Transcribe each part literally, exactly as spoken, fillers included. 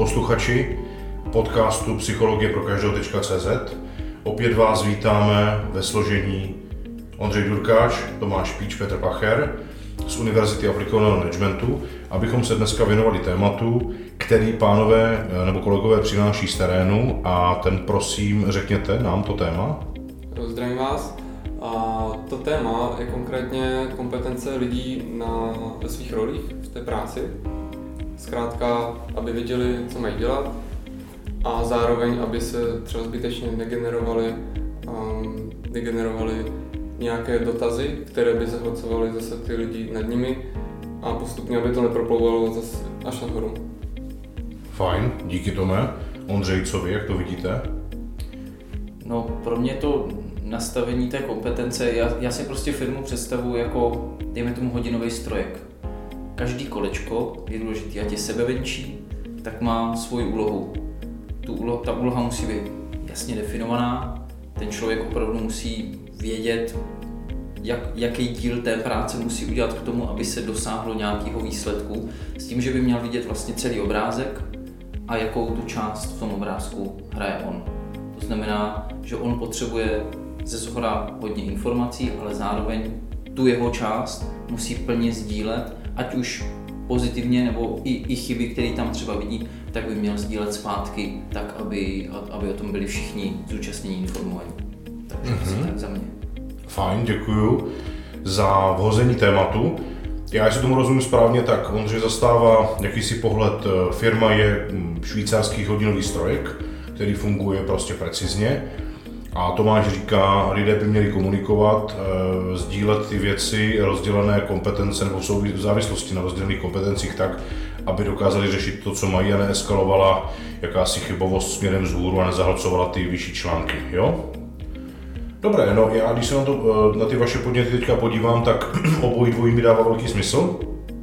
posluchači podcastu Psychologie pro každého tečka cé zet. Opět vás vítáme ve složení Ondřej Durkáč, Tomáš Píč, Petr Pacher z Univerzity aplikovaného managementu, abychom se dneska věnovali tématu, který pánové nebo kolegové přináší z terénu, a ten prosím řekněte nám to téma. Zdravím vás. A to téma je konkrétně kompetence lidí na, ve svých rolích v té práci. Zkrátka, aby věděli, co mají dělat, a zároveň, aby se třeba zbytečně negenerovali, um, negenerovali nějaké dotazy, které by zahlcovaly zase ty lidi nad nimi, a postupně, aby to neproplouvalo zase až nahoru. Fajn, díky Tome. Ondřej, co vy, jak to vidíte? No, pro mě to nastavení té kompetence, já, já si prostě firmu představuji jako, dejme tomu, hodinový strojek. Každý kolečko je důležitý, ať je sebevenčí, tak má svoji úlohu. Tu úlo, ta úloha musí být jasně definovaná, ten člověk opravdu musí vědět, jak, jaký díl té práce musí udělat k tomu, aby se dosáhlo nějakého výsledku, s tím, že by měl vidět vlastně celý obrázek a jakou tu část v tom obrázku hraje on. To znamená, že on potřebuje ze shora hodně informací, ale zároveň tu jeho část musí plně sdílet, ať už pozitivně nebo i, i chyby, které tam třeba vidí, tak by měl sdílet zpátky, tak aby, aby o tom byli všichni zúčastnění informovaní. Takže mm-hmm. asi tak za mě. Fajn, děkuju za vhození tématu. Já, jestli tomu rozumím správně, tak Ondřej zastává jakýsi pohled, firma je švýcarský hodinový strojek, který funguje prostě precizně. A Tomáš říká, lidé by měli komunikovat, e, sdílet ty věci, rozdělené kompetence nebo v závislosti na rozdělených kompetencích tak, aby dokázali řešit to, co mají, a neeskalovala jakási chybovost směrem vzhůru a nezahlcovala ty vyšší články, jo? Dobré, no já když se na, to, na ty vaše podněty teďka podívám, tak obojí dvojí mi dává velký smysl,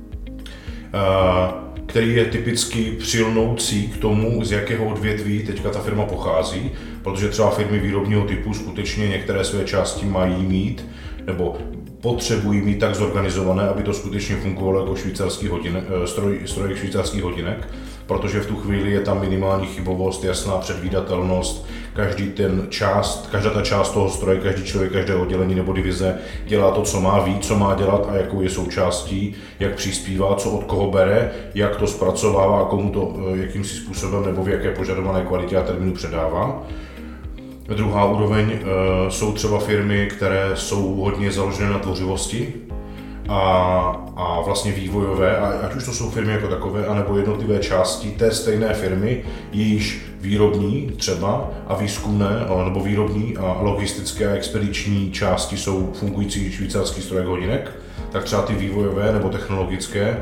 e, který je typicky přilnoucí k tomu, z jakého odvětví teďka ta firma pochází, protože třeba firmy výrobního typu skutečně některé své části mají mít nebo potřebují mít tak zorganizované, aby to skutečně fungovalo jako švýcarský hodinek, stroj, strojek švýcarských hodinek, protože v tu chvíli je tam minimální chybovost, jasná předvídatelnost, každý ten část, každá ta část toho stroje, každý člověk, každé oddělení nebo divize dělá to, co má, ví, co má dělat a jakou je součástí, jak přispívá, co od koho bere, jak to zpracovává a komu to jakýmsi způsobem nebo v jaké požadované kvalitě a termínu předává. Druhá úroveň e, jsou třeba firmy, které jsou hodně založené na tvořivosti a, a vlastně vývojové, a ať už to jsou firmy jako takové, anebo jednotlivé části té stejné firmy, jejíž výrobní třeba a výzkumné, nebo výrobní a logistické a expediční části jsou fungující švýcarský strojek hodinek, tak třeba ty vývojové nebo technologické,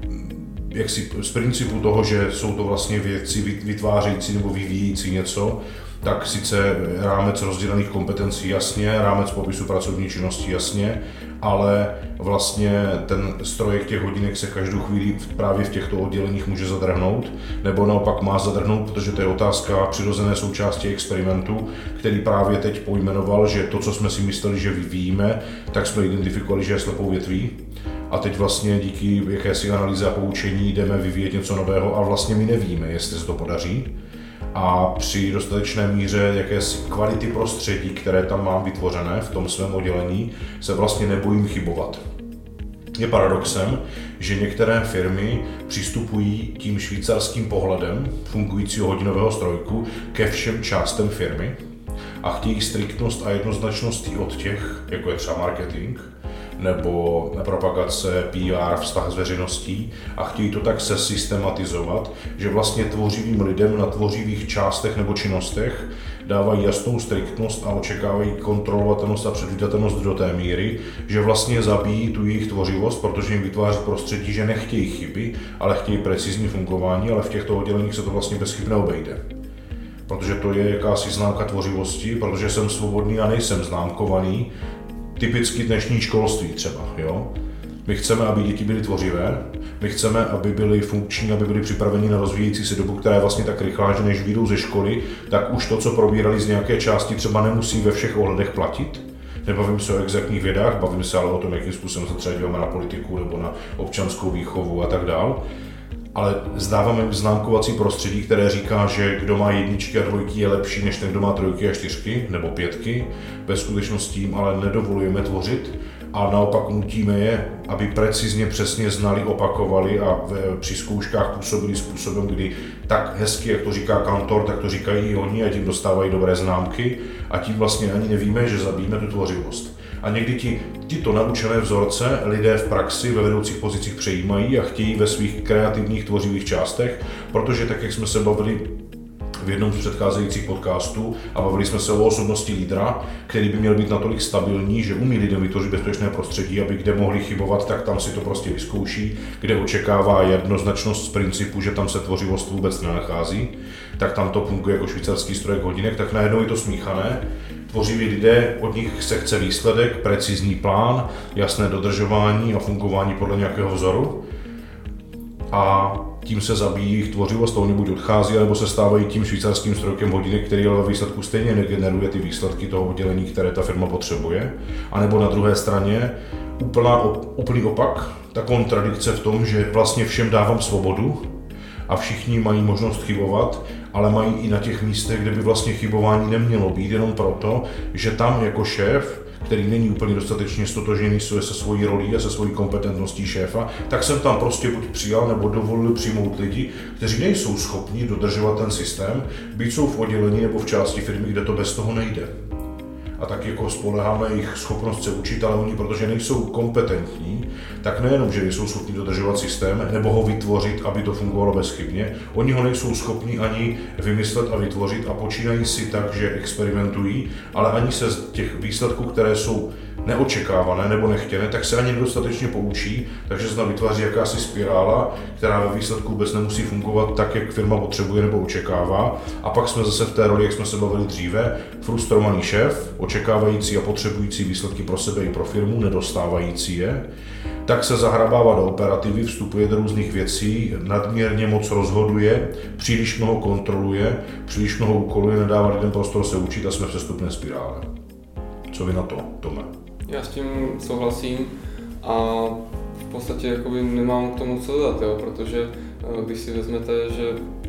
jak si z principu toho, že jsou to vlastně věci vytvářející nebo vyvíjící něco, tak sice rámec rozdělených kompetencí jasně, rámec popisu pracovní činnosti jasně, ale vlastně ten strojek těch hodinek se každou chvíli právě v těchto odděleních může zadrhnout, nebo naopak má zadrhnout, protože to je otázka přirozené součásti experimentu, který právě teď pojmenoval, že to, co jsme si mysleli, že vyvíjíme, tak jsme identifikovali, že je slepou větví. A teď vlastně díky jakési analýze a poučení jdeme vyvíjet něco nového a vlastně my nevíme, jestli se to podaří. A při dostatečné míře jakési kvality prostředí, které tam mám vytvořené v tom svém oddělení, se vlastně nebojím chybovat. Je paradoxem, že některé firmy přistupují tím švýcarským pohledem fungujícího hodinového strojku ke všem částem firmy a chtějí striktnost a jednoznačnost i od těch, jako je třeba marketing, nebo propagace, P R, vztah s veřejností, a chtějí to tak se systematizovat, že vlastně tvořivým lidem na tvořivých částech nebo činnostech dávají jasnou striktnost a očekávají kontrolovatelnost a předvídatelnost do té míry, že vlastně zabíjí tu jejich tvořivost, protože jim vytváří prostředí, že nechtějí chyby, ale chtějí precizní fungování, ale v těchto odděleních se to vlastně bez chyb neobejde. Protože to je jakási známka tvořivosti, protože jsem svobodný a nejsem známkovaný, typicky dnešní školství třeba, jo. My chceme, aby děti byly tvořivé, my chceme, aby byly funkční, aby byly připraveni na rozvíjející se dobu, která je vlastně tak rychlá, že než vyjdou ze školy, tak už to, co probírali z nějaké části, třeba nemusí ve všech ohledech platit. Nebavím se o exaktních vědách, bavím se ale o tom, jakým způsobem se třeba díváme na politiku nebo na občanskou výchovu a tak dál. ale zdáváme známkovací prostředí, které říká, že kdo má jedničky a dvojky je lepší než ten, kdo má trojky a čtyřky nebo pětky. Ve skutečnosti jim ale nedovolujeme tvořit a naopak nutíme je, aby precizně přesně znali, opakovali a v, při zkouškách působili způsobem, kdy tak hezky, jak to říká kantor, tak to říkají i oni a tím dostávají dobré známky a tím vlastně ani nevíme, že zabijíme tu tvořivost. A někdy ti, tyto naučené vzorce lidé v praxi ve vedoucích pozicích přejímají a chtějí ve svých kreativních tvořivých částech, protože tak, jak jsme se bavili v jednom z předcházejících podcastů a bavili jsme se o osobnosti lídra, který by měl být natolik stabilní, že umí lidem vytvořit bezpečné prostředí, aby kde mohli chybovat, tak tam si to prostě vyzkouší, kde očekává jednoznačnost z principu, že tam se tvořivost vůbec nenachází, tak tam to funguje jako švýcarský strojek hodinek, tak najednou je to smíchané. Tvořiví lidé, od nich se chce výsledek, precizní plán, jasné dodržování a fungování podle nějakého vzoru. A tím se zabíjí jejich tvořivost, oni buď odchází, nebo se stávají tím švýcarským strojkem hodinek, který ale ve výsledku stejně negeneruje ty výsledky toho oddělení, které ta firma potřebuje. A nebo na druhé straně úplná, úplný opak, ta kontradikce v tom, že vlastně všem dávám svobodu a všichni mají možnost chybovat, ale mají i na těch místech, kde by vlastně chybování nemělo být, jenom proto, že tam jako šéf, který není úplně dostatečně stotožený se svojí rolí a se svojí kompetentností šéfa, tak jsem tam prostě buď přijal nebo dovolil přijmout lidi, kteří nejsou schopni dodržovat ten systém, byť jsou v oddělení nebo v části firmy, kde to bez toho nejde. A tak jako spoléháme jejich schopnost se učit, ale oni, protože nejsou kompetentní, tak nejenom, že nejsou schopni dodržovat systém nebo ho vytvořit, aby to fungovalo bezchybně, oni ho nejsou schopni ani vymyslet a vytvořit a počínají si tak, že experimentují, ale ani se z těch výsledků, které jsou neočekávané nebo nechtěné, tak se ani nedostatečně poučí, takže se tam vytváří jakási spirála, která ve výsledku vůbec nemusí fungovat tak, jak firma potřebuje nebo očekává. A pak jsme zase v té roli, jak jsme se bavili dříve, frustrovaný šéf, očekávající a potřebující výsledky pro sebe i pro firmu, nedostávající je, tak se zahrabává do operativy, vstupuje do různých věcí, nadměrně moc rozhoduje, příliš mnoho kontroluje, příliš mnoho úkoluje, nedává lidem prostor se učit a jsme v přestupné spirále. Co vy na to, Tome? Já s tím souhlasím a v podstatě jakoby nemám k tomu co dodat, jo, protože když si vezmete, že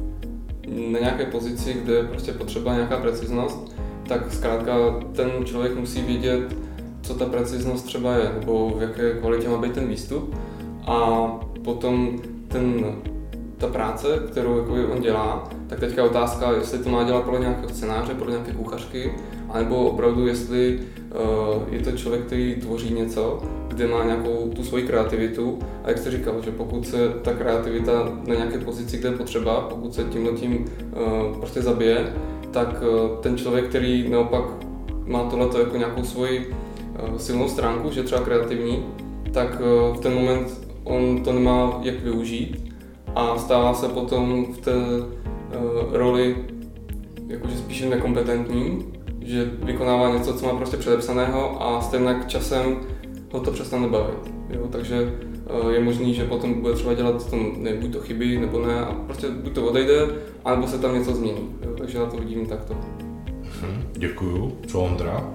na nějaké pozici, kde je prostě potřeba nějaká preciznost, tak zkrátka ten člověk musí vědět, co ta preciznost třeba je, nebo v jaké kvalitě má být ten výstup a potom ten, ta práce, kterou jakoby on dělá, tak teďka je otázka, jestli to má dělat podle nějakého scénáře, podle nějaké kuchařky, anebo opravdu jestli uh, je to člověk, který tvoří něco, kde má nějakou tu svoji kreativitu a jak jste říkal, že pokud se ta kreativita na nějaké pozici, kde je potřeba, pokud se tímhletím uh, prostě zabije, tak uh, ten člověk, který naopak má tohleto jako nějakou svoji uh, silnou stránku, že třeba kreativní, tak uh, v ten moment on to nemá jak využít a stává se potom v té uh, roli jakože spíše nekompetentní, že vykonává něco, co má prostě předepsaného a stejně časem ho to přestane bavit. Jo? Takže uh, je možný, že potom bude třeba dělat v tom, ne, buď to chybí, nebo ne, a prostě buď to odejde, anebo se tam něco změní. Jo? Takže já to vidím takto. Hmm, děkuju. Co Ondra?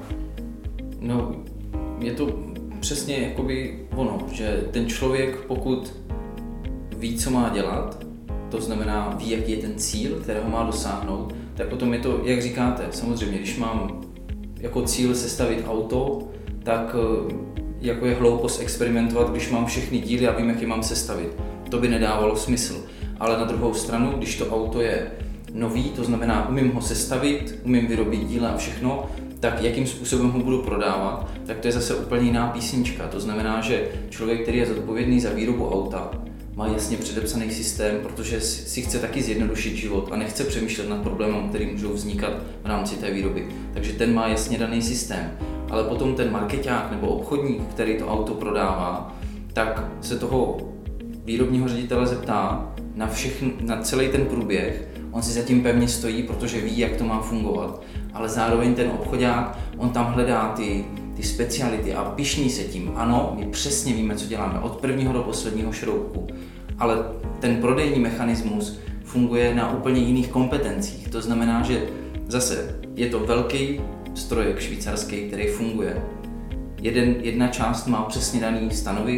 No, je to přesně jakoby ono, že ten člověk, pokud ví, co má dělat, to znamená ví, jaký je ten cíl, kterého má dosáhnout, tak potom je to, jak říkáte, samozřejmě, když mám jako cíl sestavit auto, tak jako je hloupost experimentovat, když mám všechny díly a vím, jak je mám sestavit. To by nedávalo smysl. Ale na druhou stranu, když to auto je nový, to znamená, umím ho sestavit, umím vyrobit díla a všechno, tak jakým způsobem ho budu prodávat, tak to je zase úplně jiná písnička. To znamená, že člověk, který je zodpovědný za výrobu auta, má jasně předepsaný systém, protože si chce taky zjednodušit život a nechce přemýšlet nad problémem, který můžou vznikat v rámci té výroby. Takže ten má jasně daný systém. Ale potom ten markeťák nebo obchodník, který to auto prodává, tak se toho výrobního ředitele zeptá na, všechn, na celý ten průběh. On si zatím pevně stojí, protože ví, jak to má fungovat. Ale zároveň ten obchodák, on tam hledá ty, ty speciality a pyšní se tím. Ano, my přesně víme, co děláme od prvního do posledního šroubku. Ale ten prodejní mechanismus funguje na úplně jiných kompetencích. To znamená, že zase je to velký strojek švýcarský, který funguje. Jeden, jedna část má přesně daný stanovy,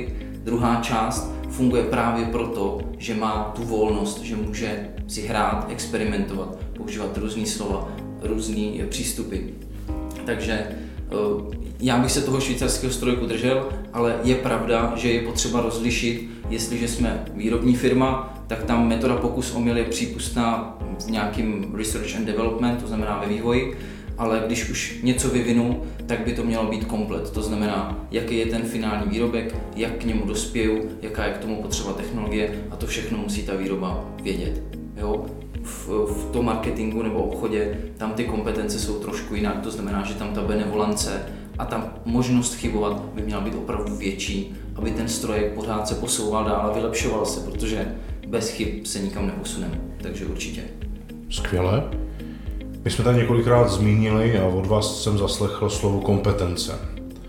Druhá část funguje právě proto, že má tu volnost, že může si hrát, experimentovat, používat různý slova, různý přístupy. Takže já bych se toho švýcarského strojku držel, ale je pravda, že je potřeba rozlišit, jestliže jsme výrobní firma, tak tam metoda pokus omyl je přípustná v nějakým research and development, to znamená ve vývoji, ale když už něco vyvinu, tak by to mělo být komplet. To znamená, jaký je ten finální výrobek, jak k němu dospěju, jaká je k tomu potřeba technologie a to všechno musí ta výroba vědět. Jo? V, v tom marketingu nebo obchodě tam ty kompetence jsou trošku jinak, to znamená, že tam ta benevolence a ta možnost chybovat by měla být opravdu větší, aby ten strojek pořád se posouval dál a vylepšoval se, protože bez chyb se nikam neposuneme, takže určitě. Skvěle. My jsme tady několikrát zmínili a od vás jsem zaslechl slovo kompetence.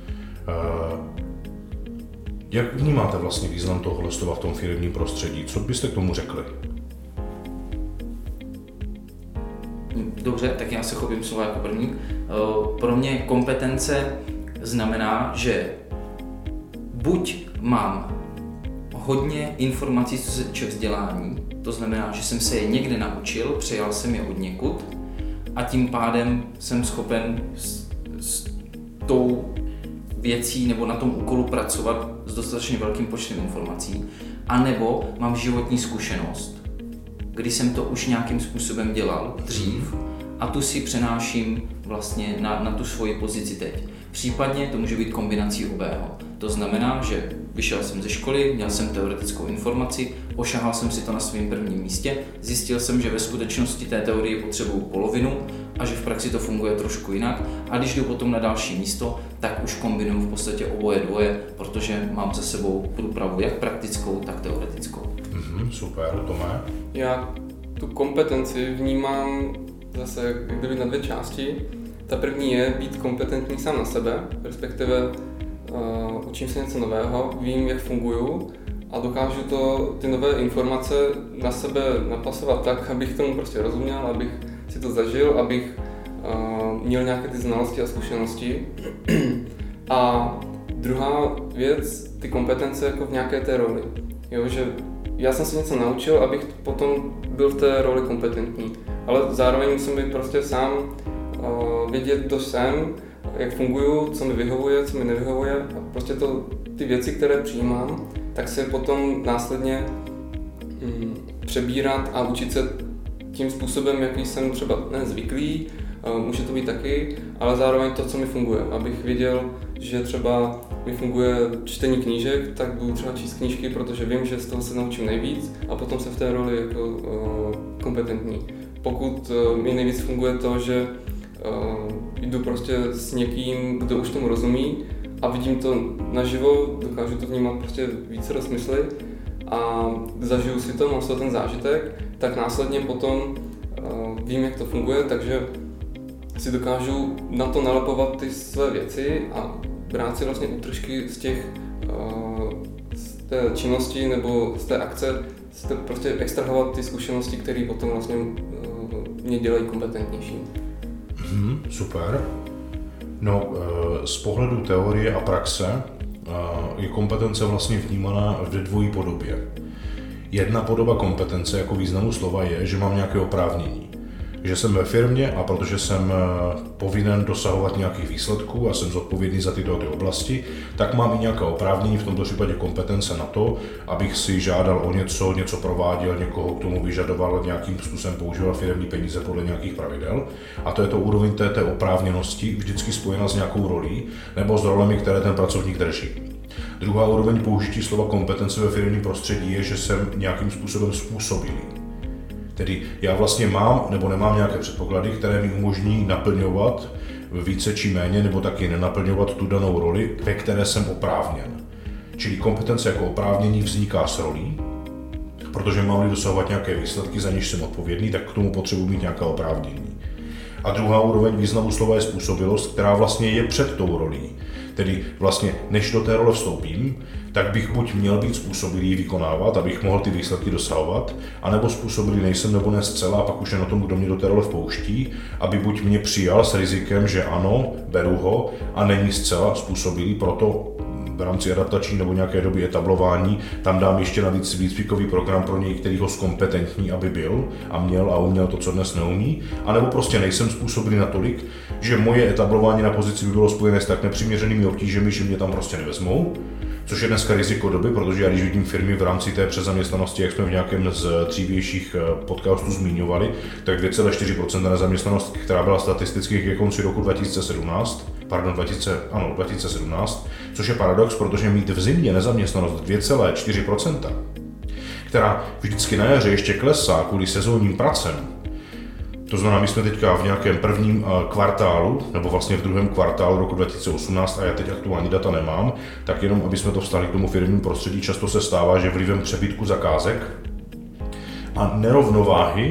Jak vnímáte vlastně význam tohohle slova v tom firemním prostředí? Co byste k tomu řekli? Dobře, tak já se chopím slova jako první. Pro mě kompetence znamená, že buď mám hodně informací, co se týče vzdělání, to znamená, že jsem se je někde naučil, přejal jsem je od někud a tím pádem jsem schopen s, s tou věcí nebo na tom úkolu pracovat s dostatečně velkým počtem informací, anebo mám životní zkušenost, kdy jsem to už nějakým způsobem dělal dřív a tu si přenáším vlastně na, na tu svoji pozici teď. Případně to může být kombinací obého. To znamená, že vyšel jsem ze školy, měl jsem teoretickou informaci, ošahal jsem si to na svém prvním místě, zjistil jsem, že ve skutečnosti té teorie potřebuju polovinu a že v praxi to funguje trošku jinak a když jdu potom na další místo, tak už kombinuju v podstatě oboje dvoje, protože mám za sebou průpravu jak praktickou, tak teoretickou. Mm-hmm, super, Tome. Já tu kompetenci vnímám zase jak kdyby na dvě části. Ta první je být kompetentní sám na sebe, respektive uh, učím se něco nového, vím, jak funguju a dokážu to, ty nové informace na sebe napasovat tak, abych tomu prostě rozuměl, abych si to zažil, abych uh, měl nějaké ty znalosti a zkušenosti. A druhá věc, ty kompetence jako v nějaké té roli. Jo, že já jsem se něco naučil, abych potom byl v té roli kompetentní, ale zároveň musím být prostě sám uh, vědět, kdo jsem, jak funguju, co mi vyhovuje, co mi nevyhovuje a prostě to, ty věci, které přijímám, tak se potom následně um, přebírat a učit se tím způsobem, jaký jsem třeba nezvyklý, uh, může to být taky, ale zároveň to, co mi funguje, abych věděl, že třeba mi funguje čtení knížek, tak budu třeba číst knížky, protože vím, že z toho se naučím nejvíc a potom jsem v té roli jako uh, kompetentní. Pokud uh, mi nejvíc funguje to, že uh, jdu prostě s někým, kdo už tomu rozumí a vidím to naživo, dokážu to vnímat prostě více do smysly a zažiju si to, mám z toho ten zážitek, tak následně potom uh, vím, jak to funguje, takže si dokážu na to nalepovat ty své věci a brát si vlastně útržky z těch uh, z té činnosti nebo z té akce, z té, prostě extrahovat ty zkušenosti, které potom vlastně uh, mě dělají kompetentnější. Hmm, super. No, uh, z pohledu teorie a praxe uh, je kompetence vlastně vnímaná v dvojí podobě. Jedna podoba kompetence jako významu slova je, že mám nějaké oprávnění. Že jsem ve firmě a protože jsem povinen dosahovat nějakých výsledků a jsem zodpovědný za tyto ty oblasti, tak mám i nějaké oprávnění, v tomto případě kompetence na to, abych si žádal o něco, něco prováděl, někoho k tomu vyžadoval, nějakým způsobem používal firemní peníze podle nějakých pravidel. A to je to úroveň té, té oprávněnosti vždycky spojena s nějakou rolí nebo s rolemi, které ten pracovník drží. Druhá úroveň použití slova kompetence ve firemním prostředí je, že jsem nějakým způsobem způsobilý. Tedy já vlastně mám nebo nemám nějaké předpoklady, které mi umožní naplňovat více či méně nebo taky nenaplňovat tu danou roli, ve které jsem oprávněn. Čili kompetence jako oprávnění vzniká s rolí, protože mám-li dosahovat nějaké výsledky, za něž jsem odpovědný, tak k tomu potřebuji mít nějaké oprávnění. A druhá úroveň významu slova je způsobilost, která vlastně je před tou rolí. Tedy vlastně než do té role vstoupím, tak bych buď měl být způsobilý vykonávat, abych mohl ty výsledky dosahovat, anebo způsobilý nejsem nebo ne zcela, a pak už je na tom, kdo mě do té role vpouští, aby buď mě přijal s rizikem, že ano, beru ho a není zcela způsobilý, proto v rámci adaptační nebo nějaké doby etablování, tam dám ještě navíc výcvikový program pro něj, který ho zkompetentní, aby byl a měl a uměl to, co dnes neumí, anebo prostě nejsem způsobilý natolik, že moje etablování na pozici by bylo spojené s tak nepřiměřenými obtížemi, že mě tam prostě nevezmou. Což je dneska riziko doby, protože já když vidím firmy v rámci té přezaměstnanosti, jak jsme v nějakém z dřívějších podcastů zmiňovali, tak dvě celá čtyři procenta nezaměstnanost, která byla statisticky ke konci roku dva tisíce sedmnáct, pardon, dva tisíce, ano, dva tisíce sedmnáct, což je paradox, protože mít v zimě nezaměstnanost dvě celá čtyři procenta, která vždycky na jaře ještě klesá kvůli sezónním pracem. To znamená, my jsme teďka v nějakém prvním kvartálu, nebo vlastně v druhém kvartálu roku dva tisíce osmnáct, a já teď aktuální data nemám, tak jenom, aby jsme to vztahli k tomu firmnímu prostředí, často se stává, že vlivem přebytku zakázek a nerovnováhy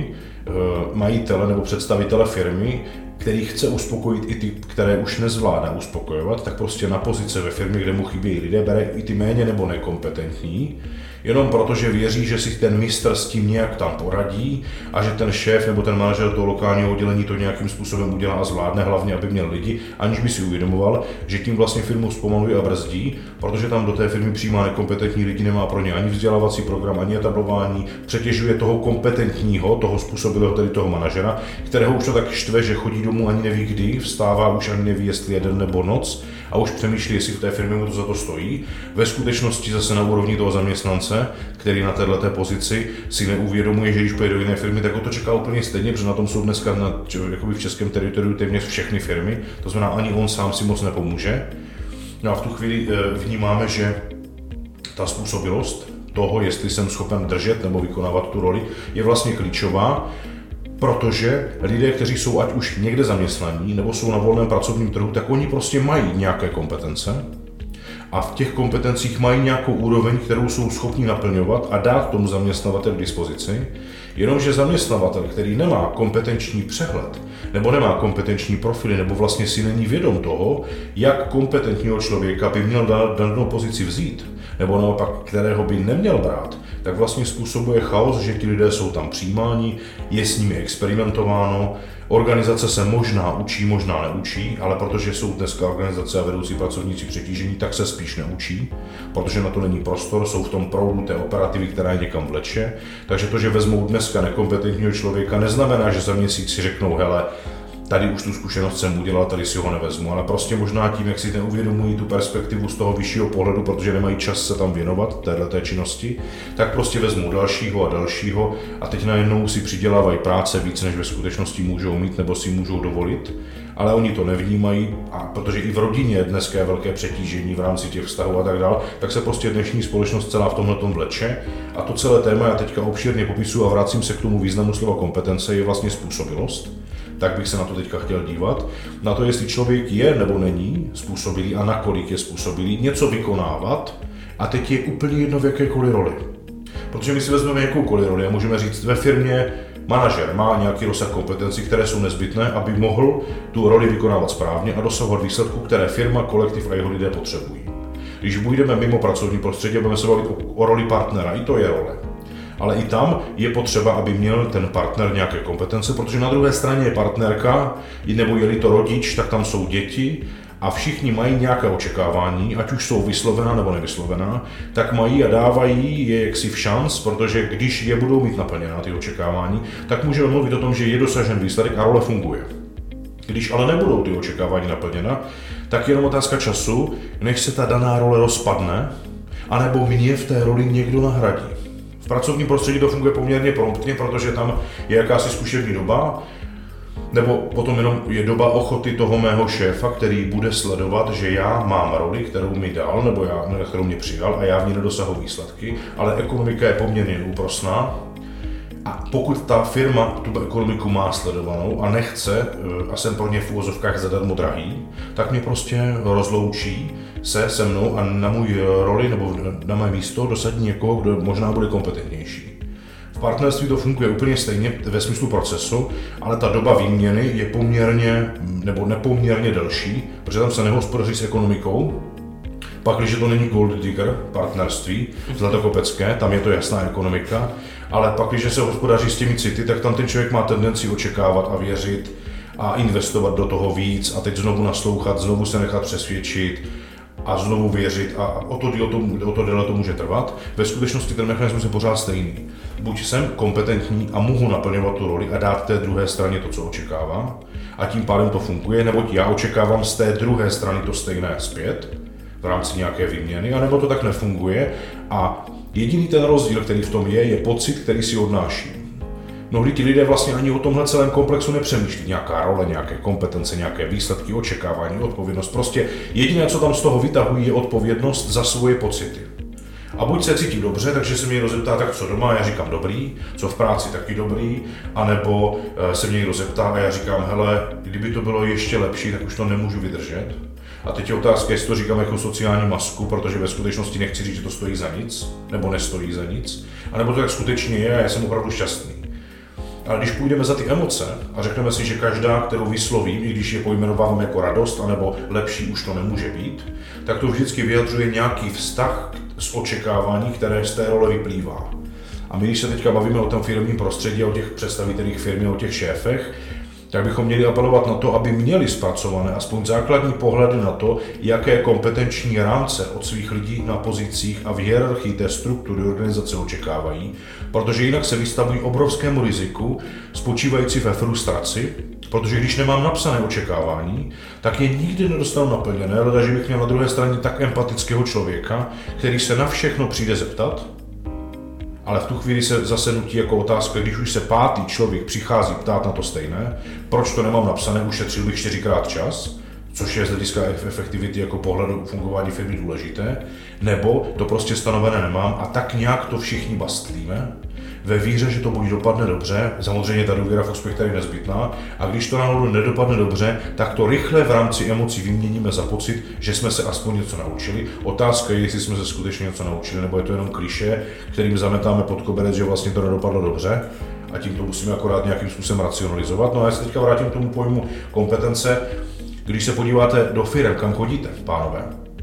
majitele nebo představitele firmy, který chce uspokojit i ty, které už nezvládá uspokojovat, tak prostě na pozice ve firmě, kde mu chybějí lidé, bere i ty méně nebo nekompetentní, jenom protože věří, že si ten mistr s tím nějak tam poradí a že ten šéf nebo ten manažer toho lokálního oddělení to nějakým způsobem udělá a zvládne, hlavně aby měl lidi, aniž by si uvědomoval, že tím vlastně firmu zpomaluje a brzdí, protože tam do té firmy přijímá nekompetentní lidi, nemá pro ně ani vzdělávací program, ani etablování, přetěžuje toho kompetentního, toho způsobilého, tedy toho manažera, kterého už to tak štve, že chodí domů ani neví kdy, vstává už ani neví, jestli je den nebo noc a už přemýšlí, jestli v té firmě mu to za to stojí. Ve skutečnosti zase na úrovni toho zaměstnance, který na této pozici si neuvědomuje, že když půjde do jiné firmy, tak ho to čeká úplně stejně, protože na tom jsou dneska na, jakoby v českém teritoriu téměř všechny firmy, to znamená, ani on sám si moc nepomůže. No a v tu chvíli vnímáme, že ta způsobilost toho, jestli jsem schopen držet nebo vykonávat tu roli, je vlastně klíčová, protože lidé, kteří jsou ať už někde zaměstnaní nebo jsou na volném pracovním trhu, tak oni prostě mají nějaké kompetence a v těch kompetencích mají nějakou úroveň, kterou jsou schopni naplňovat a dát tomu zaměstnavateli k dispozici, jenomže zaměstnavatel, který nemá kompetenční přehled nebo nemá kompetenční profily nebo vlastně si není vědom toho, jak kompetentního člověka by měl danou pozici vzít, nebo naopak, kterého by neměl brát, tak vlastně způsobuje chaos, že ti lidé jsou tam přijímáni, je s nimi experimentováno, organizace se možná učí, možná neučí, ale protože jsou dneska organizace a vedoucí pracovníci přetížení, tak se spíš neučí, protože na to není prostor, jsou v tom proudu té operativy, která je někam vleče, takže to, že vezmou dneska nekompetentního člověka, neznamená, že za měsíc si řeknou, hele, tady už tu zkušenost jsem udělal, tady si ho nevezmu, ale prostě možná tím, jak si neuvědomují tu perspektivu z toho vyššího pohledu, protože nemají čas se tam věnovat téhleté činnosti, tak prostě vezmou dalšího a dalšího a teď najednou si přidělávají práce víc, než ve skutečnosti můžou mít nebo si můžou dovolit, ale oni to nevnímají, a protože i v rodině dneska je velké přetížení v rámci těch vztahů a tak dál, tak se prostě dnešní společnost celá v tomhletom vleče a to celé téma já teďka obšírně popisuju a vracím se k tomu významu slova kompetence, je vlastně způsobilost. Tak bych se na to teďka chtěl dívat, na to, jestli člověk je nebo není způsobilý a nakolik je způsobilý něco vykonávat a teď je úplně jedno v jakékoliv roli. Protože my si vezmeme jakoukoliv roli a můžeme říct, ve firmě manažer má nějaký rozsah kompetencí, které jsou nezbytné, aby mohl tu roli vykonávat správně a dosahovat výsledku, které firma, kolektiv a jeho lidé potřebují. Když půjdeme mimo pracovní prostředí, budeme se bavit o, o roli partnera, i to je role. Ale i tam je potřeba, aby měl ten partner nějaké kompetence, protože na druhé straně je partnerka, nebo je-li to rodič, tak tam jsou děti a všichni mají nějaké očekávání, ať už jsou vyslovená nebo nevyslovená, tak mají a dávají je jaksi v šanc, protože když je budou mít naplněná ty očekávání, tak můžeme mluvit o tom, že je dosažen výsledek a role funguje. Když ale nebudou ty očekávání naplněna, tak je jenom otázka času, než se ta daná role rozpadne, anebo mě v té roli někdo nahradí. V pracovním prostředí to funguje poměrně promptně, protože tam je jakási zkušební doba, nebo potom jenom je doba ochoty toho mého šéfa, který bude sledovat, že já mám roli, kterou mi dal, nebo já, kterou mě přijal a já v ní nedosahuji výsledky, ale ekonomika je poměrně neúprosná a pokud ta firma tu ekonomiku má sledovanou a nechce, a jsem pro ně v uvozovkách zadarmo drahý, tak mě prostě rozloučí se se mnou a na můj roli nebo na mé místo dosadí někoho, kdo možná bude kompetentnější. V partnerství to funguje úplně stejně ve smyslu procesu, ale ta doba výměny je poměrně nebo nepoměrně delší, protože tam se nehospodaří s ekonomikou. Pak, když to není gold digger partnerství, zlatokopecké, tam je to jasná ekonomika, ale pak, když se hospodaří s těmi city, tak tam ten člověk má tendenci očekávat a věřit a investovat do toho víc a teď znovu naslouchat, znovu se nechat přesvědčit a znovu věřit a o to díl to, o to déle to může trvat. Ve skutečnosti ten mechanismus je pořád stejný. Buď jsem kompetentní a mohu naplňovat tu roli a dát té druhé straně to, co očekávám, a tím pádem to funguje, neboť já očekávám z té druhé strany to stejné zpět v rámci nějaké výměny, anebo to tak nefunguje a jediný ten rozdíl, který v tom je, je pocit, který si odnáší. Mnohdy ti lidé vlastně ani o tomhle celém komplexu nepřemýšlí. Nějaká role, nějaké kompetence, nějaké výsledky, očekávání, odpovědnost. Prostě jediné, co tam z toho vytahují, je odpovědnost za svoje pocity. A buď se cítím dobře, takže se mě někdo zeptá, tak co doma, já říkám dobrý, co v práci taky dobrý, anebo se mě někdo zeptá a já říkám, hele, kdyby to bylo ještě lepší, tak už to nemůžu vydržet. A teď je otázka, jestli to říkám jako sociální masku, protože ve skutečnosti nechci říct, že to stojí za nic, nebo nestojí za nic, anebo to tak skutečně je a já jsem opravdu šťastný. Ale když půjdeme za ty emoce a řekneme si, že každá, kterou vyslovím, i když je pojmenovávám jako radost, anebo lepší už to nemůže být, tak to vždycky vyjadřuje nějaký vztah z očekávání, které z té role vyplývá. A my, když se teďka bavíme o tom firmním prostředí, o těch představitelích firmy, o těch šéfech, tak bychom měli apelovat na to, aby měli zpracované aspoň základní pohledy na to, jaké kompetenční rámce od svých lidí na pozicích a v hierarchii té struktury organizace očekávají, protože jinak se vystavují obrovskému riziku spočívající ve frustraci, protože když nemám napsané očekávání, tak je nikdy nedostanu naplněné, ale že bych měl na druhé straně tak empatického člověka, který se na všechno přijde zeptat, ale v tu chvíli se zase nutí jako otázka, když už se pátý člověk přichází ptát na to stejné, proč to nemám napsané, ušetřil bych čtyřikrát čas, což je z hlediska efektivity jako pohledu fungování firmy důležité, nebo to prostě stanovené nemám a tak nějak to všichni bastlíme, ve víře, že to buď dopadne dobře, samozřejmě ta důvěra v úspěch tady je nezbytná, a když to náhodou nedopadne dobře, tak to rychle v rámci emocí vyměníme za pocit, že jsme se aspoň něco naučili. Otázka je, jestli jsme se skutečně něco naučili, nebo je to jenom klišé, kterým zametáme pod koberec, že vlastně to nedopadlo dobře a tím to musíme akorát nějakým způsobem racionalizovat. No a já se teďka vrátím k tomu pojmu kompetence. Když se podíváte do firem, kam chodíte, pánové,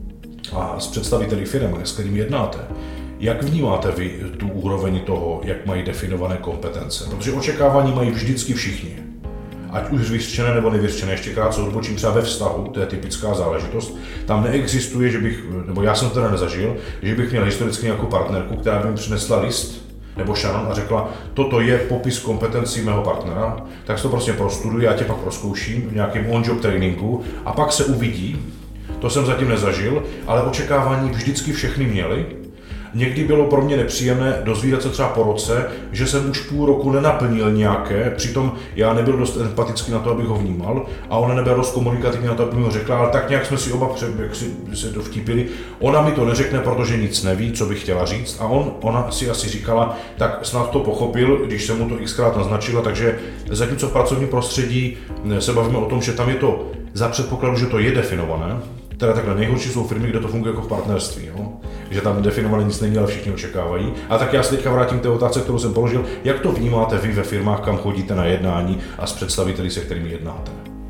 a s představiteli firem, s kterým jednáte, jak vnímáte vy tu úroveň toho, jak mají definované kompetence? Protože očekávání mají vždycky všichni. Ať už vyřčené nebo nevyřčené, ještě krátce odbočím třeba ve vztahu, to je typická záležitost. Tam neexistuje, že bych, nebo já jsem to teda nezažil, že bych měl historicky nějakou partnerku, která by mi přinesla list nebo šanon a řekla, toto je popis kompetencí mého partnera, tak si to prostě prostuduji, já tě pak prozkouším v nějakém on-job tréninku a pak se uvidí. To jsem zatím nezažil, ale očekávání vždycky všechny měli. Někdy bylo pro mě nepříjemné dozvídat se třeba po roce, že jsem už půl roku nenaplnil nějaké, přitom já nebyl dost empatický na to, abych ho vnímal, a ona nebyla dost komunikativní na to, aby mi ho řekla, ale tak nějak jsme si oba jak si se dovtípili. Ona mi to neřekne, protože nic neví, co bych chtěla říct, a on, ona si asi říkala, tak snad to pochopil, když jsem mu to xkrát naznačila, takže zatímco v pracovním prostředí se bavíme o tom, že tam je to za předpokladu, že to je definované. Teda takhle, nejhorší jsou firmy, kde to funguje jako v partnerství, jo? Že tam definované nic není, ale všichni očekávají. A tak já se teďka vrátím k té otázce, kterou jsem položil. Jak to vnímáte vy ve firmách, kam chodíte na jednání a s představiteli, se kterými jednáte?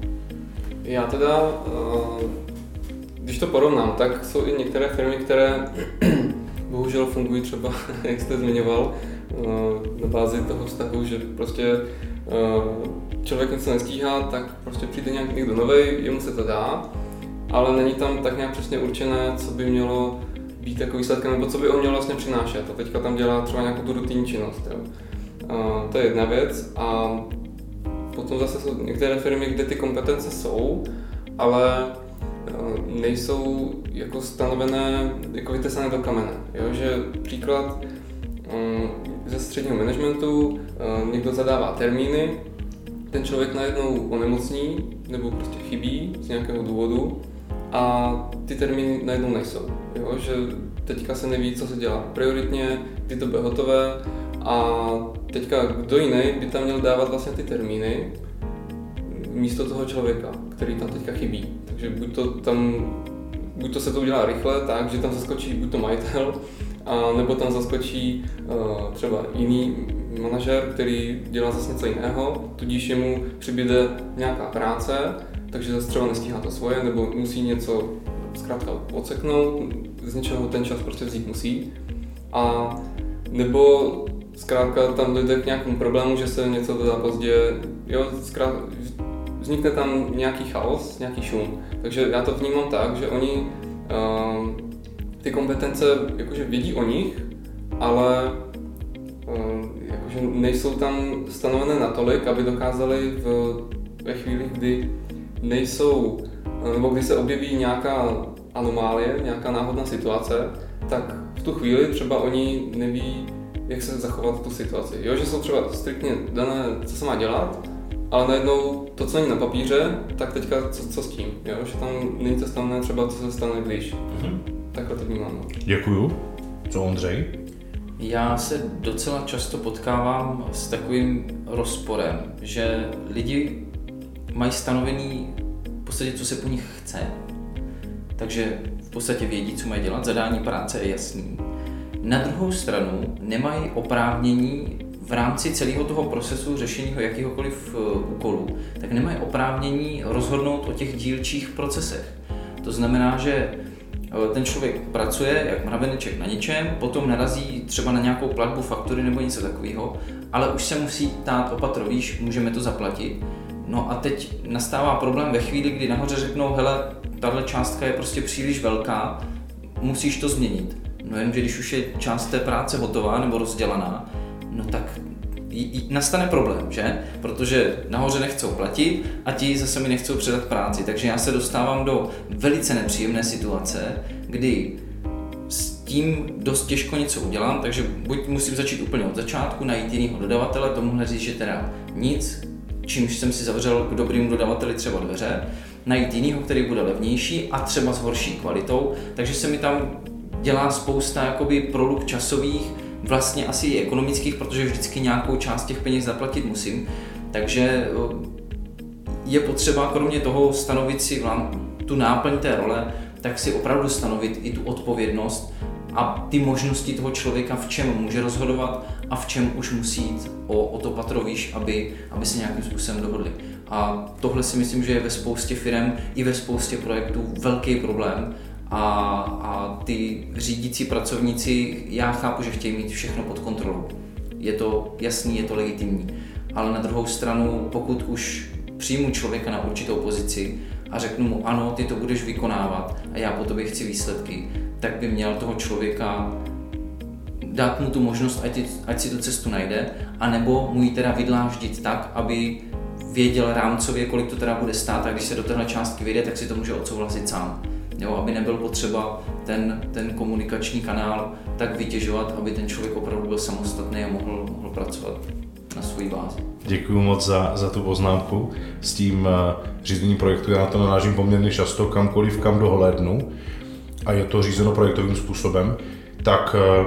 Já teda, když to porovnám, tak jsou i některé firmy, které bohužel fungují třeba, jak jste zmiňoval, na bázi toho vztahu, že prostě člověk něco nestíhá, tak prostě přijde nějak někdo novej, jemu se to dá, ale není tam tak nějak přesně určené, co by mělo být jako výsledkem, nebo co by on měl vlastně přinášet. A teďka tam dělá třeba nějakou tu rutinní činnost. Jo. A to je jedna věc. A potom zase jsou některé firmy, kde ty kompetence jsou, ale nejsou jako stanovené, jako vytesané do kamene. Jo. Že příklad ze středního managementu, někdo zadává termíny, ten člověk najednou onemocní nebo prostě chybí z nějakého důvodu a ty termíny najednou nejsou. Jo? Že teďka se neví, co se dělá prioritně, kdy to bude hotové, a teďka kdo jiný by tam měl dávat vlastně ty termíny místo toho člověka, který tam teďka chybí. Takže buď to tam, buď to se to udělá rychle, tak, že tam zaskočí buď to majitel, a nebo tam zaskočí uh, třeba jiný manažer, který dělá zase něco jiného, tudíž jemu přibyde nějaká práce, takže zase třeba nestíhá to svoje, nebo musí něco zkrátka odseknout, z něčeho ten čas prostě vzít musí. A nebo zkrátka tam dojde k nějakému problému, že se něco dodá pozdě, jo, zkrátka, vznikne tam nějaký chaos, nějaký šum. Takže já to vnímám tak, že oni um, ty kompetence jakože vědí o nich, ale um, jakože nejsou tam stanovené natolik, aby dokázali v, ve chvíli, kdy nejsou, nebo když se objeví nějaká anomálie, nějaká náhodná situace, tak v tu chvíli třeba oni neví, jak se zachovat v tu situaci. Jo, že jsou třeba striktně dané, co se má dělat, ale najednou to, co není na papíře, tak teďka co, co s tím, jo? Že tam není to stane třeba, co se stane když. Mm-hmm. Takhle to vnímám. Děkuju. Co Ondřej? Já se docela často potkávám s takovým rozporem, že lidi mají stanovený v podstatě, co se po nich chce. Takže v podstatě vědí, co mají dělat, zadání práce je jasný. Na druhou stranu nemají oprávnění v rámci celého toho procesu řešení jakýhokoliv úkolu, tak nemají oprávnění rozhodnout o těch dílčích procesech. To znamená, že ten člověk pracuje jak mraveneček na něčem, potom narazí třeba na nějakou platbu faktury nebo něco takového, ale už se musí ptát opatro, víš, můžeme to zaplatit. No a teď nastává problém ve chvíli, kdy nahoře řeknou, hele, tahle částka je prostě příliš velká, musíš to změnit. No jenomže když už je část té práce hotová nebo rozdělaná, no tak nastane problém, že? Protože nahoře nechcou platit a ti zase mi nechcou předat práci, takže já se dostávám do velice nepříjemné situace, kdy s tím dost těžko něco udělám, takže buď musím začít úplně od začátku, najít jinýho dodavatele, tomuhle říct, že teda nic, čímž jsem si zavřel k dobrým dodavateli třeba dveře, najít jinýho, který bude levnější a třeba s horší kvalitou, takže se mi tam dělá spousta jakoby proluk časových, vlastně asi i ekonomických, protože vždycky nějakou část těch peněz zaplatit musím. Takže je potřeba kromě toho stanovit si tu náplň té role, tak si opravdu stanovit i tu odpovědnost a ty možnosti toho člověka, v čem může rozhodovat a v čem už musí jít o, o to patro výš, aby, aby se nějakým způsobem dohodli. A tohle si myslím, že je ve spoustě firem i ve spoustě projektů velký problém. A, a ty řídící pracovníci, já chápu, že chtějí mít všechno pod kontrolou. Je to jasný, je to legitimní. Ale na druhou stranu, pokud už přijmu člověka na určitou pozici a řeknu mu, ano, ty to budeš vykonávat a já po tobě chci výsledky, tak by měl toho člověka dát mu tu možnost, ať, ať si tu cestu najde, anebo mu ji teda vydláždit tak, aby věděl rámcově, kolik to teda bude stát a když se do téhle částky vyjde, tak si to může odsouhlasit sám. Jo, aby nebyl potřeba ten, ten komunikační kanál tak vytěžovat, aby ten člověk opravdu byl samostatný a mohl, mohl pracovat na své bázi. Děkuji moc za, za tu poznámku. S tím uh, řízením projektu já na to narážím poměrně často, kamkoliv kam dohlédnu a je to řízeno projektovým způsobem, tak uh,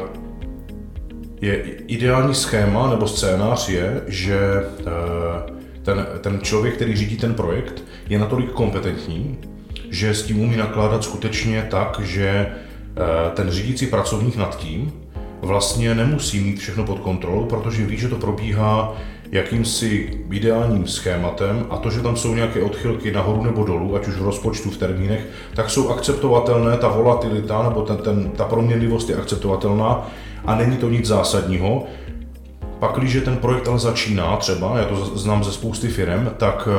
je ideální schéma nebo scénář je, že uh, ten, ten člověk, který řídí ten projekt, je natolik kompetentní, že s tím umí nakládat skutečně tak, že ten řídící pracovník nad tím vlastně nemusí mít všechno pod kontrolou, protože ví, že to probíhá jakýmsi ideálním schématem a to, že tam jsou nějaké odchylky nahoru nebo dolů, ať už v rozpočtu, v termínech, tak jsou akceptovatelné, ta volatilita nebo ten, ten, ta proměnlivost je akceptovatelná a není to nic zásadního. Pak, když ten projekt ale začíná třeba, já to znám ze spousty firem, tak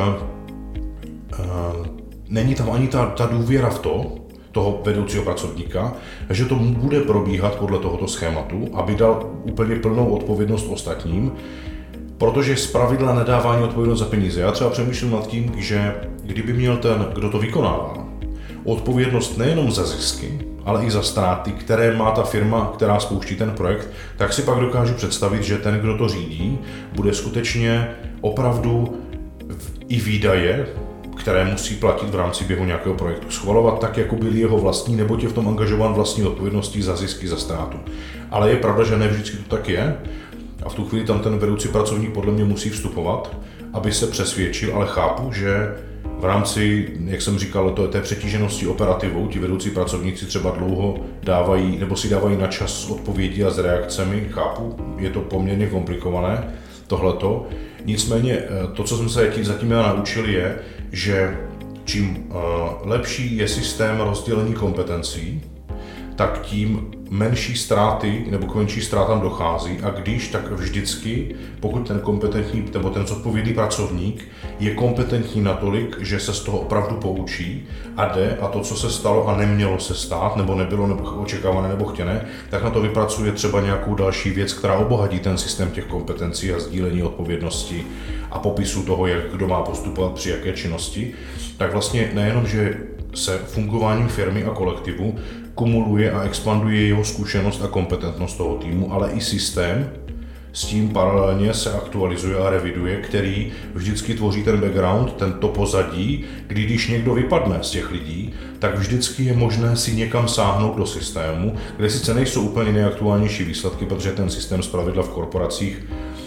uh, není tam ani ta, ta důvěra v to, toho vedoucího pracovníka, že to bude probíhat podle tohoto schématu, aby dal úplně plnou odpovědnost ostatním, protože zpravidla nedávání odpovědnost za peníze. Já třeba přemýšlím nad tím, že kdyby měl ten, kdo to vykonává, odpovědnost nejenom za zisky, ale i za ztráty, které má ta firma, která spouští ten projekt, tak si pak dokážu představit, že ten, kdo to řídí, bude skutečně opravdu i výdaje, které musí platit v rámci běhu nějakého projektu, schvalovat tak, jako byly jeho vlastní, nebo je v tom angažován vlastní odpovědností za zisky, za ztrátu. Ale je pravda, že ne vždycky to tak je a v tu chvíli tam ten vedoucí pracovník podle mě musí vstupovat, aby se přesvědčil, ale chápu, že v rámci, jak jsem říkal, to je té přetíženosti operativou, ti vedoucí pracovníci třeba dlouho dávají, nebo si dávají na čas odpovědi a s reakcemi, chápu, je to poměrně komplikované, tohleto. Nicméně to, co jsme se zatím naučili, je, že čím lepší je systém rozdělení kompetencí, tak tím menší ztráty nebo k menší ztrátám dochází a když, tak vždycky, pokud ten kompetentní nebo ten zodpovědný pracovník je kompetentní natolik, že se z toho opravdu poučí a jde a to, co se stalo a nemělo se stát, nebo nebylo nebo očekávané nebo chtěné, tak na to vypracuje třeba nějakou další věc, která obohatí ten systém těch kompetencí a sdílení odpovědnosti a popisu toho, jak kdo má postupovat při jaké činnosti, tak vlastně nejenom, že se fungováním firmy a kolektivu kumuluje a expanduje jeho zkušenost a kompetentnost toho týmu, ale i systém s tím paralelně se aktualizuje a reviduje, který vždycky tvoří ten background, tento pozadí, kdy když někdo vypadne z těch lidí, tak vždycky je možné si někam sáhnout do systému, kde sice nejsou úplně nejaktuálnější výsledky, protože ten systém zpravidla v korporacích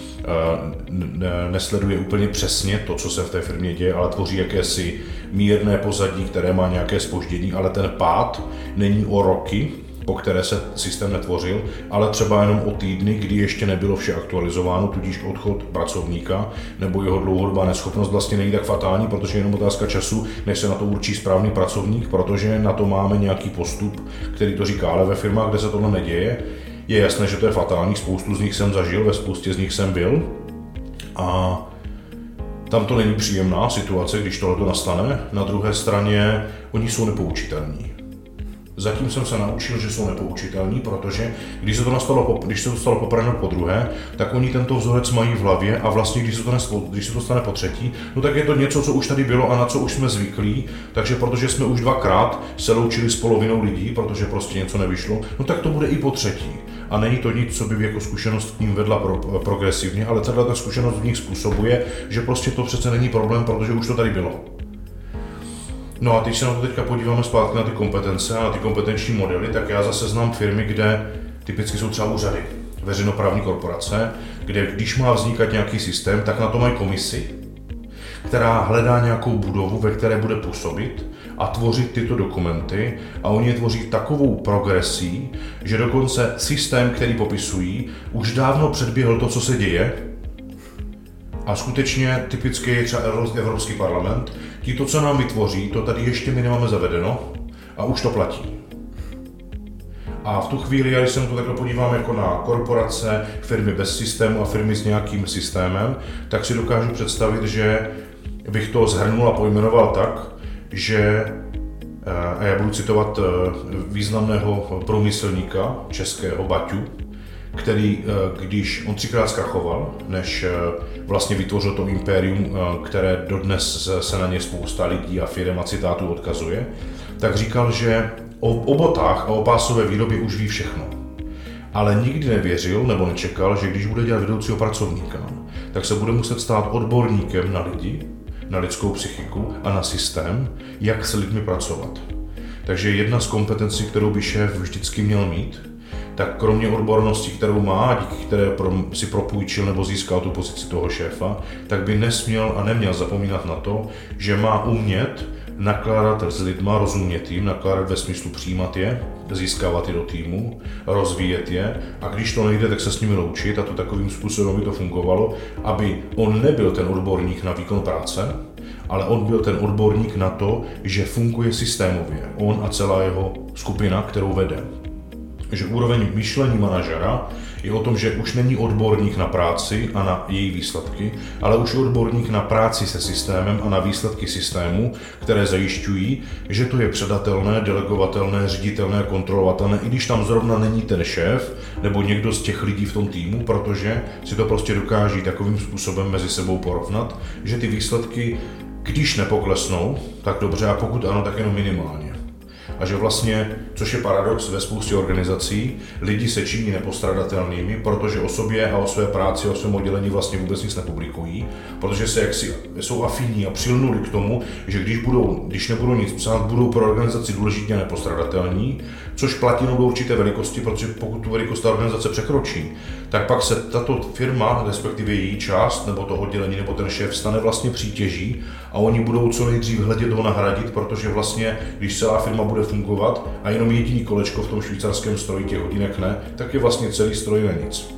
nesleduje úplně přesně to, co se v té firmě děje, ale tvoří jakési mírné pozadí, které má nějaké zpoždění, ale ten pád není o roky, po které se systém netvořil, ale třeba jenom o týdny, kdy ještě nebylo vše aktualizováno, tudíž odchod pracovníka nebo jeho dlouhodobá neschopnost vlastně není tak fatální, protože je jenom otázka času, než se na to určí správný pracovník, protože na to máme nějaký postup, který to říká, ale ve firmách, kde se tohle neděje, je jasné, že to je fatální, spoustu z nich jsem zažil, ve spoustě z nich jsem byl a tam to není příjemná situace, když tohle nastane. Na druhé straně oni jsou nepoučitelní. Zatím jsem se naučil, že jsou nepoučitelní, protože když se to, nastalo, když se to stalo poprvé po druhé, tak oni tento vzorec mají v hlavě a vlastně když se, to nestalo, když se to stane po třetí, no tak je to něco, co už tady bylo a na co už jsme zvyklí, takže protože jsme už dvakrát se loučili s polovinou lidí, protože prostě něco nevyšlo, no tak to bude i po třetí. A není to nic, co by jako zkušenost k ním vedla pro, progresivně, ale tato zkušenost v nich způsobuje, že prostě to přece není problém, protože už to tady bylo. No a teď se na to teďka podíváme zpátky na ty kompetence a na ty kompetenční modely, tak já zase znám firmy, kde typicky jsou třeba úřady, veřejnoprávní korporace, kde když má vznikat nějaký systém, tak na to mají komisi, která hledá nějakou budovu, ve které bude působit a tvořit tyto dokumenty a oni je tvoří takovou progresí, že dokonce systém, který popisují, už dávno předběhl to, co se děje. A skutečně typicky je třeba Evropský parlament, ti to, co nám vytvoří, to tady ještě my nemáme zavedeno a už to platí. A v tu chvíli, když se na to takhle podívám jako na korporace, firmy bez systému a firmy s nějakým systémem, tak si dokážu představit, že bych to shrnul a pojmenoval tak, že, a já budu citovat významného průmyslníka českého Baťu, který, když on třikrát zkrachoval, než vlastně vytvořil to impérium, které dodnes se na ně spousta lidí a firem a citátů odkazuje, tak říkal, že o, o botách a o pásové výrobě už ví všechno. Ale nikdy nevěřil nebo nečekal, že když bude dělat vedoucího pracovníka, tak se bude muset stát odborníkem na lidi, na lidskou psychiku a na systém, jak s lidmi pracovat. Takže jedna z kompetencí, kterou by šéf vždycky měl mít, tak kromě odbornosti, kterou má, díky které si propůjčil nebo získal tu pozici toho šéfa, tak by nesměl a neměl zapomínat na to, že má umět nakládat s lidma, rozumět jim, nakládat ve smyslu přijímat je, získávat je do týmu, rozvíjet je a když to nejde, tak se s nimi loučit a to takovým způsobem by to fungovalo, aby on nebyl ten odborník na výkon práce, ale on byl ten odborník na to, že funguje systémově, on a celá jeho skupina, kterou vede. Že úroveň myšlení manažera je o tom, že už není odborník na práci a na její výsledky, ale už je odborník na práci se systémem a na výsledky systému, které zajišťují, že to je předatelné, delegovatelné, ředitelné, kontrolovatelné, i když tam zrovna není ten šéf nebo někdo z těch lidí v tom týmu, protože si to prostě dokáží takovým způsobem mezi sebou porovnat, že ty výsledky, když nepoklesnou, tak dobře, a pokud ano, tak jenom minimálně. A že vlastně, což je paradox ve spoustě organizací, lidi se činí nepostradatelnými, protože o sobě a o své práci, o svém oddělení vlastně vůbec nic nepublikují, protože se jaksi jsou afínní a přilnuli k tomu, že když, budou, když nebudou nic psát, budou pro organizaci důležití a nepostradatelní, což platí do určité velikosti, protože pokud tu velikost ta organizace překročí, tak pak se tato firma, respektive její část, nebo to oddělení, nebo ten šéf stane vlastně přítěží a oni budou co nejdřív hledět ho nahradit, protože vlastně, když celá firma bude fungovat a jenom jediný kolečko v tom švýcarském stroji těch hodinek ne, tak je vlastně celý stroj na nic.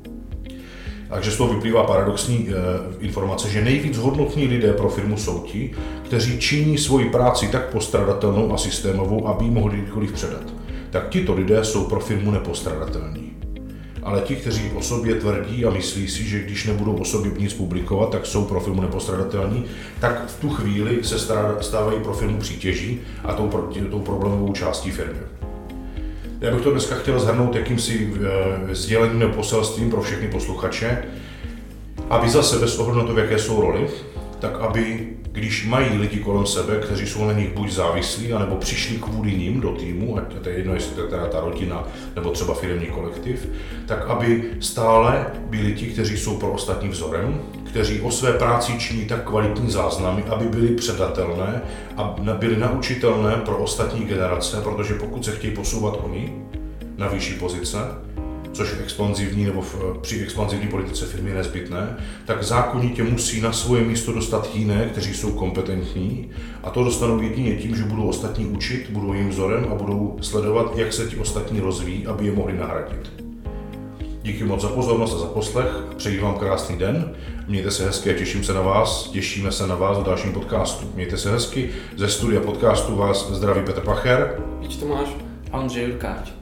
Takže z toho vyplývá paradoxní e, informace, že nejvíc hodnotní lidé pro firmu jsou ti, kteří činí svoji práci tak postradatelnou a systémovou, aby ji mohli kdykoliv předat. tak tito lidé jsou pro firmu nepostradatelní. Ale ti, kteří o sobě tvrdí a myslí si, že když nebudou o sobě nic publikovat, tak jsou pro firmu nepostradatelní, tak v tu chvíli se stávají pro firmu přítěží a tou, tou problémovou částí firmy. Já bych to dneska chtěl shrnout jakýmsi sdělením nebo poselstvím pro všechny posluchače, aby zase bez ohledu na to, v jaké jsou roli, tak aby, když mají lidi kolem sebe, kteří jsou na nich buď závislí, anebo přišli kvůli ním do týmu, ať to je jedno, jestli to je teda ta rodina, nebo třeba firemní kolektiv, tak aby stále byli ti, kteří jsou pro ostatní vzorem, kteří o své práci činí tak kvalitní záznamy, aby byly předatelné a byly naučitelné pro ostatní generace, protože pokud se chtějí posouvat oni na vyšší pozice, což v expanzivní nebo v, při expanzivní politice firmy je nezbytné, tak zákonitě musí na svoje místo dostat jiné, kteří jsou kompetentní, a to dostanou jedině tím, že budou ostatní učit, budou jim vzorem a budou sledovat, jak se ti ostatní rozvíjí, aby je mohli nahradit. Díky moc za pozornost a za poslech, přeji vám krásný den, mějte se hezky a těším se na vás, těšíme se na vás v dalším podcastu. Mějte se hezky, ze studia podcastu vás zdraví Petr Pacher. Víč Tomáš a Ondřej Jurkáč.